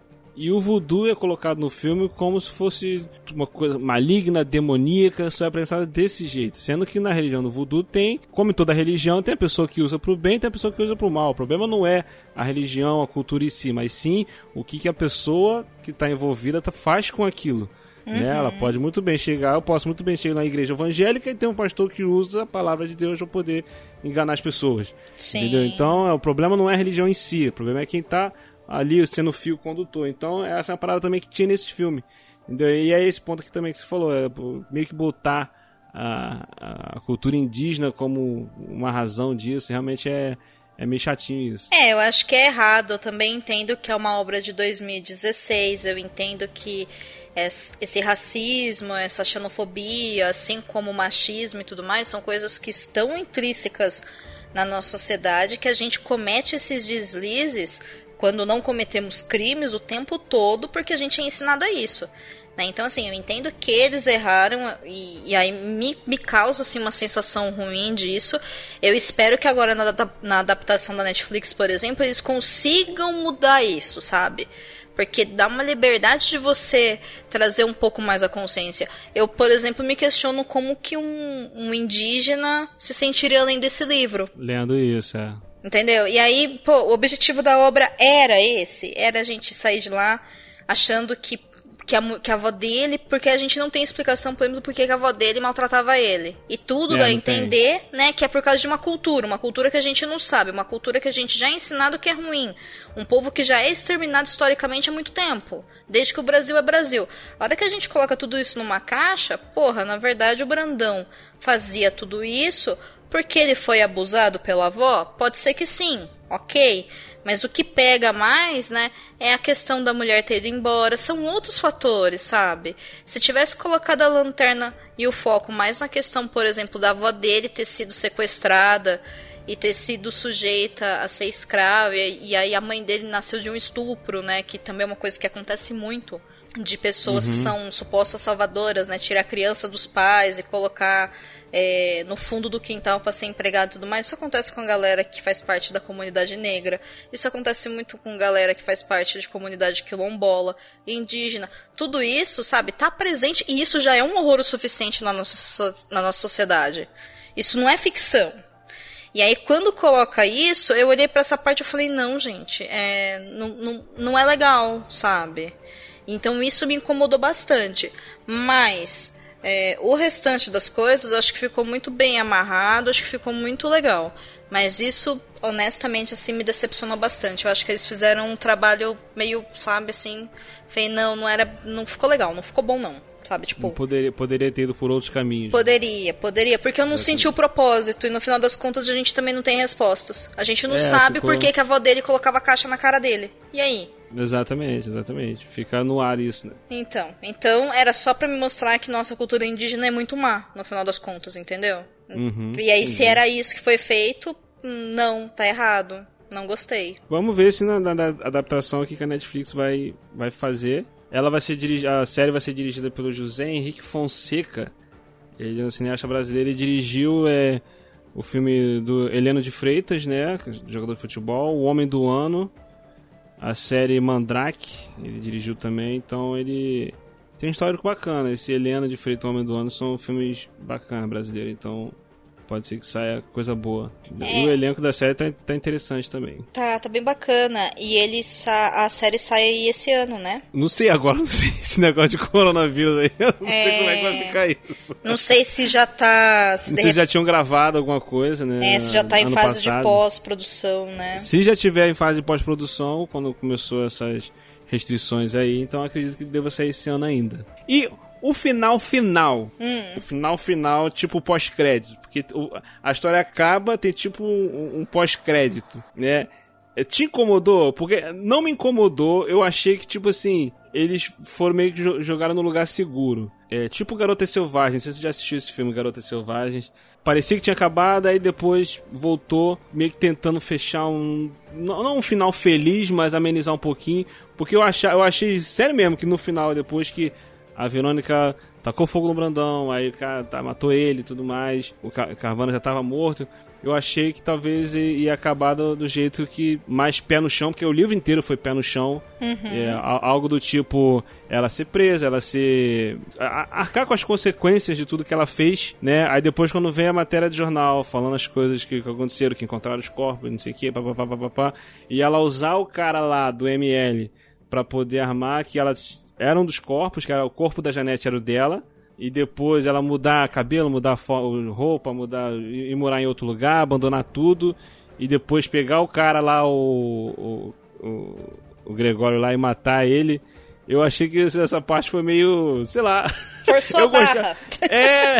E o voodoo é colocado no filme como se fosse uma coisa maligna, demoníaca, só é apresentada desse jeito. Sendo que na religião do voodoo tem, como em toda religião, tem a pessoa que usa pro bem e tem a pessoa que usa pro mal. O problema não é a religião, a cultura em si, mas sim o que, que a pessoa que está envolvida faz com aquilo. Uhum. Né? Ela pode muito bem chegar, eu posso muito bem chegar na igreja evangélica e ter um pastor que usa a palavra de Deus para poder enganar as pessoas. Sim. Entendeu? Então, o problema não é a religião em si, o problema é quem está ali sendo o fio condutor. Então essa é uma parada também que tinha nesse filme, entendeu? E é esse ponto aqui também que você falou, é meio que botar a, a cultura indígena como uma razão disso, realmente é, é meio chatinho isso. É, eu acho que é errado, eu também entendo que é uma obra de dois mil e dezesseis, eu entendo que esse racismo, essa xenofobia, assim como o machismo e tudo mais, são coisas que estão intrínsecas na nossa sociedade, que a gente comete esses deslizes quando não cometemos crimes o tempo todo, porque a gente é ensinado a isso. Né? Então, assim, eu entendo que eles erraram e, e aí me, me causa assim, uma sensação ruim disso. Eu espero que agora na, na adaptação da Netflix, por exemplo, eles consigam mudar isso, sabe? Porque dá uma liberdade de você trazer um pouco mais a consciência. Eu, por exemplo, me questiono como que um, um indígena se sentiria lendo esse livro. Lendo isso, é. Entendeu? E aí, pô, o objetivo da obra era esse. Era a gente sair de lá achando que, que, a, que a avó dele... Porque a gente não tem explicação, por exemplo, por que a avó dele maltratava ele. E tudo é, dá a entender, né, que é por causa de uma cultura. Uma cultura que a gente não sabe. Uma cultura que a gente já é ensinado que é ruim. Um povo que já é exterminado historicamente há muito tempo. Desde que o Brasil é Brasil. A hora que a gente coloca tudo isso numa caixa... Porra, na verdade o Brandão fazia tudo isso... Porque ele foi abusado pela avó? Pode ser que sim, ok. Mas o que pega mais, né, é a questão da mulher ter ido embora. São outros fatores, sabe? Se tivesse colocado a lanterna e o foco mais na questão, por exemplo, da avó dele ter sido sequestrada e ter sido sujeita a ser escrava, e, e aí a mãe dele nasceu de um estupro, né, que também é uma coisa que acontece muito, de pessoas uhum. que são supostas salvadoras, né, tirar a criança dos pais e colocar... É, no fundo do quintal para ser empregado e tudo mais. Isso acontece com a galera que faz parte da comunidade negra. Isso acontece muito com galera que faz parte de comunidade quilombola, indígena. Tudo isso, sabe, tá presente e isso já é um horror o suficiente na nossa, na nossa sociedade. Isso não é ficção. E aí, quando coloca isso, eu olhei para essa parte e falei, não, gente, é, não, não, não é legal, sabe? Então isso me incomodou bastante. Mas... É, o restante das coisas acho que ficou muito bem amarrado, acho que ficou muito legal. Mas isso, honestamente, assim, me decepcionou bastante. Eu acho que eles fizeram um trabalho meio, sabe, assim... Falei, não, não era... Não ficou legal, não ficou bom, não. Sabe, tipo... Não poderia, poderia ter ido por outros caminhos. Poderia, poderia. Porque eu não senti o propósito. E no final das contas, a gente também não tem respostas. A gente não é, sabe ficou... por que, que a avó dele colocava a caixa na cara dele. E aí? Exatamente, exatamente. Fica no ar isso, né? Então, então era só pra me mostrar que nossa cultura indígena é muito má, no final das contas, entendeu? Uhum, e aí, uhum. se era isso que foi feito, não, tá errado. Não gostei. Vamos ver se na, na, na adaptação aqui que a Netflix vai, vai fazer. Ela vai ser dirigida, a série vai ser dirigida pelo José Henrique Fonseca. Ele é um cineasta brasileiro e dirigiu é, o filme do Heleno de Freitas, né? Jogador de futebol, O Homem do Ano. A série Mandrake, ele dirigiu também, então ele tem um histórico bacana. Esse Helena de Freitas e O Homem do Ano são filmes bacanas brasileiros, então Pode ser que saia coisa boa. É. E o elenco da série tá, tá interessante também. Tá, tá bem bacana. E ele sa- a série sai aí esse ano, né? Não sei agora, não sei esse negócio de coronavírus aí. Eu não É... sei como é que vai ficar isso. Não sei se já tá... Se não de sei rep... se já tinham gravado alguma coisa, né? É, se já tá em ano fase passado. de pós-produção, né? Se já tiver em fase de pós-produção, quando começou essas restrições aí, então acredito que deva sair esse ano ainda. E o final final, hum. o final final, tipo pós-crédito, porque a história acaba, tem tipo um, um pós-crédito, né? Te incomodou? Porque não me incomodou, eu achei que tipo assim, eles foram meio que jogaram no lugar seguro. É, tipo Garotas Selvagens, não sei se você já assistiu esse filme Garotas Selvagens. Parecia que tinha acabado, aí depois voltou, meio que tentando fechar um... Não, não um final feliz, mas amenizar um pouquinho. Porque eu, achei, eu achei, sério mesmo, que no final, depois que a Verônica tacou fogo no Brandão, aí o cara tá, matou ele e tudo mais, o Carvana já tava morto, eu achei que talvez ia acabar do, do jeito que mais pé no chão, porque o livro inteiro foi pé no chão. Uhum. É, algo do tipo, ela ser presa, ela ser... arcar com as consequências de tudo que ela fez, né? Aí depois quando vem a matéria de jornal falando as coisas que, que aconteceram, que encontraram os corpos, não sei o que, papapá, papapá, e ela usar o cara lá do M L pra poder armar que ela era um dos corpos, que era o corpo da Janete era o dela, e depois ela mudar cabelo, mudar roupa, mudar ir morar em outro lugar, abandonar tudo, e depois pegar o cara lá, o, o, o, o Gregório lá, e matar ele. Eu achei que essa parte foi meio, sei lá... Forçou a barra. É,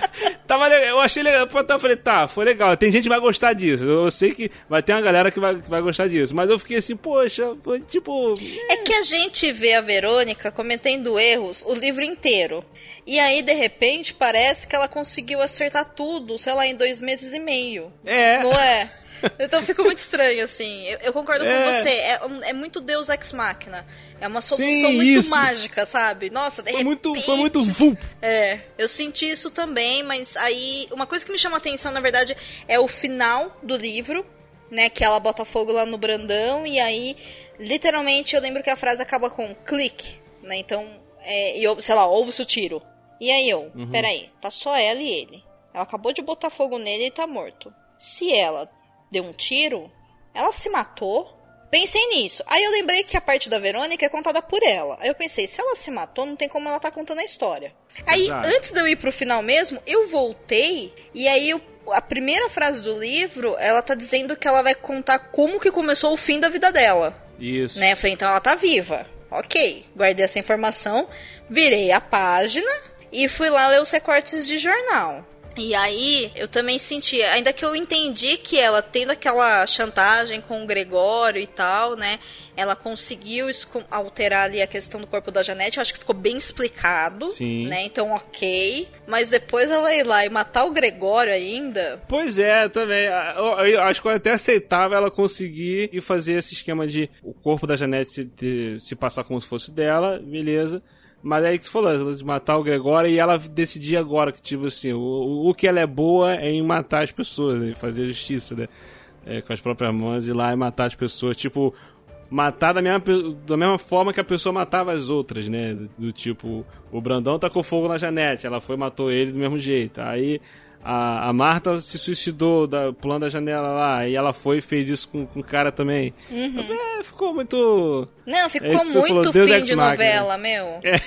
tava legal, eu achei legal, eu falei, tá, foi legal, tem gente que vai gostar disso, eu sei que vai ter uma galera que vai, que vai gostar disso, mas eu fiquei assim, poxa, foi tipo... É que a gente vê a Verônica cometendo erros o livro inteiro, e aí de repente parece que ela conseguiu acertar tudo, sei lá, em dois meses e meio. É. Não é? Então ficou muito estranho, assim. Eu, eu concordo é. com você. É, é muito Deus Ex Machina. É uma solução Sim, muito isso. mágica, sabe? Nossa, de foi repente... Muito, foi muito vum. É, eu senti isso também, mas aí... Uma coisa que me chama a atenção, na verdade, é o final do livro, né? Que ela bota fogo lá no Brandão, e aí, literalmente, eu lembro que a frase acaba com clique, né? Então, é, e, sei lá, ouve-se o tiro. E aí eu, uhum. peraí, tá só ela e ele. Ela acabou de botar fogo nele e tá morto. Se ela... deu um tiro, ela se matou. Pensei nisso. Aí eu lembrei que a parte da Verônica é contada por ela. Aí eu pensei, se ela se matou, não tem como ela tá contando a história. Aí, Exato. antes de eu ir pro final mesmo, eu voltei, e aí eu, a primeira frase do livro, ela tá dizendo que ela vai contar como que começou o fim da vida dela. Isso. Né? Eu falei, então ela tá viva. Ok, guardei essa informação, virei a página e fui lá ler os recortes de jornal. E aí, eu também senti, ainda que eu entendi que ela, tendo aquela chantagem com o Gregório e tal, né, ela conseguiu alterar ali a questão do corpo da Janete, eu acho que ficou bem explicado, Sim. né, então ok, mas depois ela ir lá e matar o Gregório ainda... Pois é, também, eu, eu acho que eu até aceitava ela conseguir e fazer esse esquema de o corpo da Janete se, de, se passar como se fosse dela, beleza... Mas aí que tu falou, de matar o Gregório, e ela decidir agora que, tipo assim, o, o que ela é boa é em matar as pessoas, né? Fazer justiça, né? É, com as próprias mãos, ir lá e matar as pessoas. Tipo, matar da mesma, da mesma forma que a pessoa matava as outras, né? Do, do tipo, o Brandão tacou fogo na Janete, ela foi e matou ele do mesmo jeito. Aí a, a Marta se suicidou da, pulando a janela lá, e ela foi e fez isso com, com o cara também. Uhum. É, ficou muito... Não, ficou é muito falou, fim de novela, meu. É.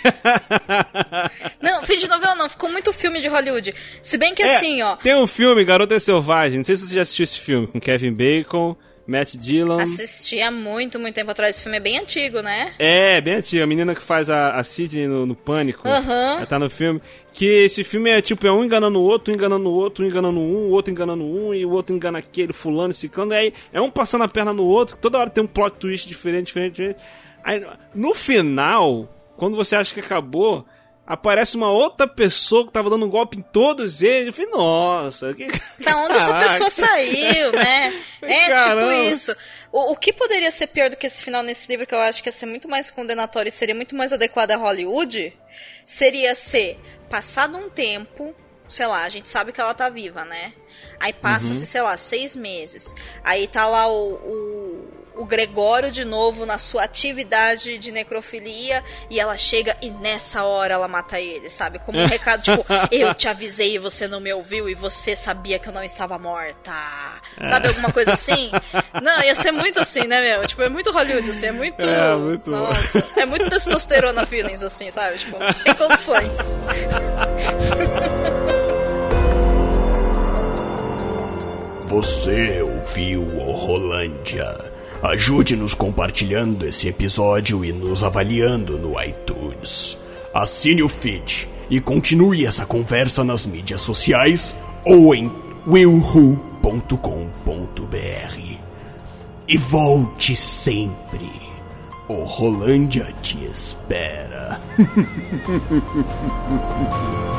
Não, fim de novela não, ficou muito filme de Hollywood. Se bem que é, assim, ó... Tem um filme, Garotas Selvagens, não sei se você já assistiu esse filme, com Kevin Bacon... Matt Dillon. Assisti há muito, muito tempo atrás. Esse filme é bem antigo, né? É, bem antigo. A menina que faz a, a Sidney no, no Pânico. Uhum. Ela tá no filme. Que esse filme é tipo, é um enganando o outro, um enganando o outro, um enganando um, o outro enganando um, e o outro engana aquele, fulano, ciclano. Aí é um passando a perna no outro, toda hora tem um plot twist diferente, diferente, diferente. Aí no final, quando você acha que acabou, aparece uma outra pessoa que tava dando um golpe em todos eles. Eu falei, nossa, que... Da onde Caraca. essa pessoa saiu, né? É, Caramba. tipo isso. O, o que poderia ser pior do que esse final nesse livro, que eu acho que ia ser muito mais condenatório e seria muito mais adequado a Hollywood, seria ser, passado um tempo, sei lá, a gente sabe que ela tá viva, né? Aí passa-se, uhum. sei lá, seis meses. Aí tá lá o... o o Gregório de novo na sua atividade de necrofilia e ela chega e nessa hora ela mata ele, sabe? Como um recado, tipo, eu te avisei e você não me ouviu e você sabia que eu não estava morta. Sabe, alguma coisa assim? Não, ia ser muito assim, né, meu? Tipo, é muito Hollywood, assim, é muito... É, muito... Nossa, é muito testosterona feelings, assim, sabe? Tipo, sem condições. Você ouviu o Rolândia. Ajude-nos compartilhando esse episódio e nos avaliando no iTunes. Assine o feed e continue essa conversa nas mídias sociais ou em will who ponto com ponto b r. E volte sempre. O Rolândia te espera.